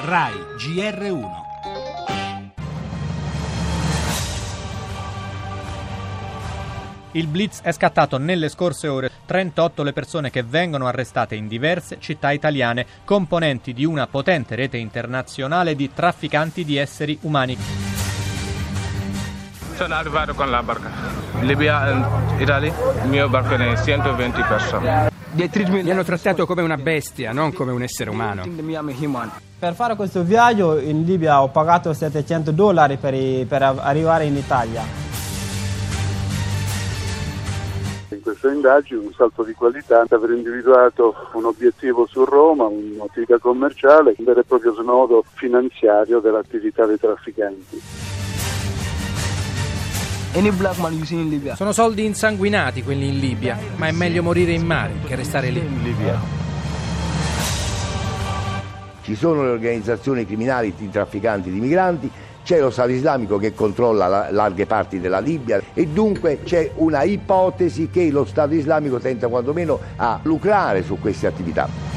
RAI GR1. Il blitz è scattato nelle scorse ore. 38 le persone che vengono arrestate in diverse città italiane, componenti di una potente rete internazionale di trafficanti di esseri umani. Sono arrivato con la barca. Libia e Italia, il mio barco è 120 persone. Mi hanno trattato come una bestia, non come un essere umano. Per fare questo viaggio in Libia ho pagato $700 per arrivare in Italia. In questa indagine un salto di qualità, aver individuato un obiettivo su Roma, un'attività commerciale, un vero e proprio snodo finanziario dell'attività dei trafficanti. Sono soldi insanguinati quelli in Libia, ma è meglio morire in mare che restare lì. Ci sono le organizzazioni criminali di trafficanti di migranti, c'è lo Stato islamico che controlla larghe parti della Libia e dunque c'è una ipotesi che lo Stato islamico tenta quantomeno a lucrare su queste attività.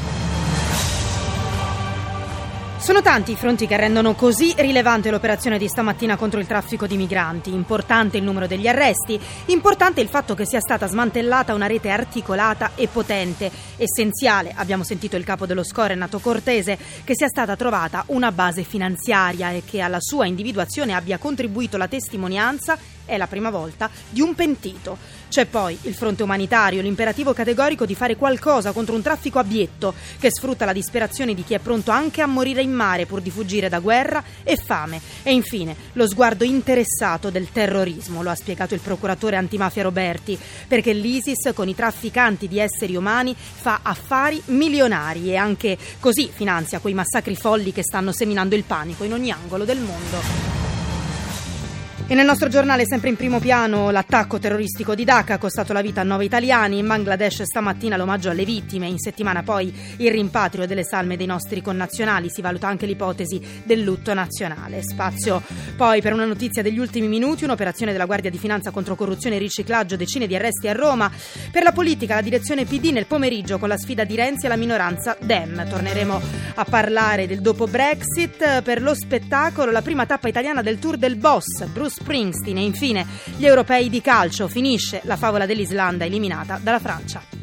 Sono tanti i fronti che rendono così rilevante l'operazione di stamattina contro il traffico di migranti. Importante il numero degli arresti, importante il fatto che sia stata smantellata una rete articolata e potente. Essenziale, abbiamo sentito il capo dello SCOR Renato Cortese, che sia stata trovata una base finanziaria e che alla sua individuazione abbia contribuito la testimonianza, è la prima volta, di un pentito. C'è poi il fronte umanitario, l'imperativo categorico di fare qualcosa contro un traffico abietto che sfrutta la disperazione di chi è pronto anche a morire in mare pur di fuggire da guerra e fame. E infine lo sguardo interessato del terrorismo, lo ha spiegato il procuratore antimafia Roberti, perché l'ISIS con i trafficanti di esseri umani fa affari milionari e anche così finanzia quei massacri folli che stanno seminando il panico in ogni angolo del mondo. E nel nostro giornale sempre in primo piano l'attacco terroristico di Dhaka ha costato la vita a 9 italiani. In Bangladesh stamattina l'omaggio alle vittime, in settimana poi il rimpatrio delle salme dei nostri connazionali, si valuta anche l'ipotesi del lutto nazionale. Spazio poi per una notizia degli ultimi minuti, un'operazione della Guardia di Finanza contro corruzione e riciclaggio, decine di arresti a Roma. Per la politica la direzione PD nel pomeriggio con la sfida di Renzi alla minoranza Dem. Torneremo a parlare del dopo Brexit. Per lo spettacolo la prima tappa italiana del Tour del Boss, Bruce Springsteen, e infine gli europei di calcio, finisce la favola dell'Islanda eliminata dalla Francia.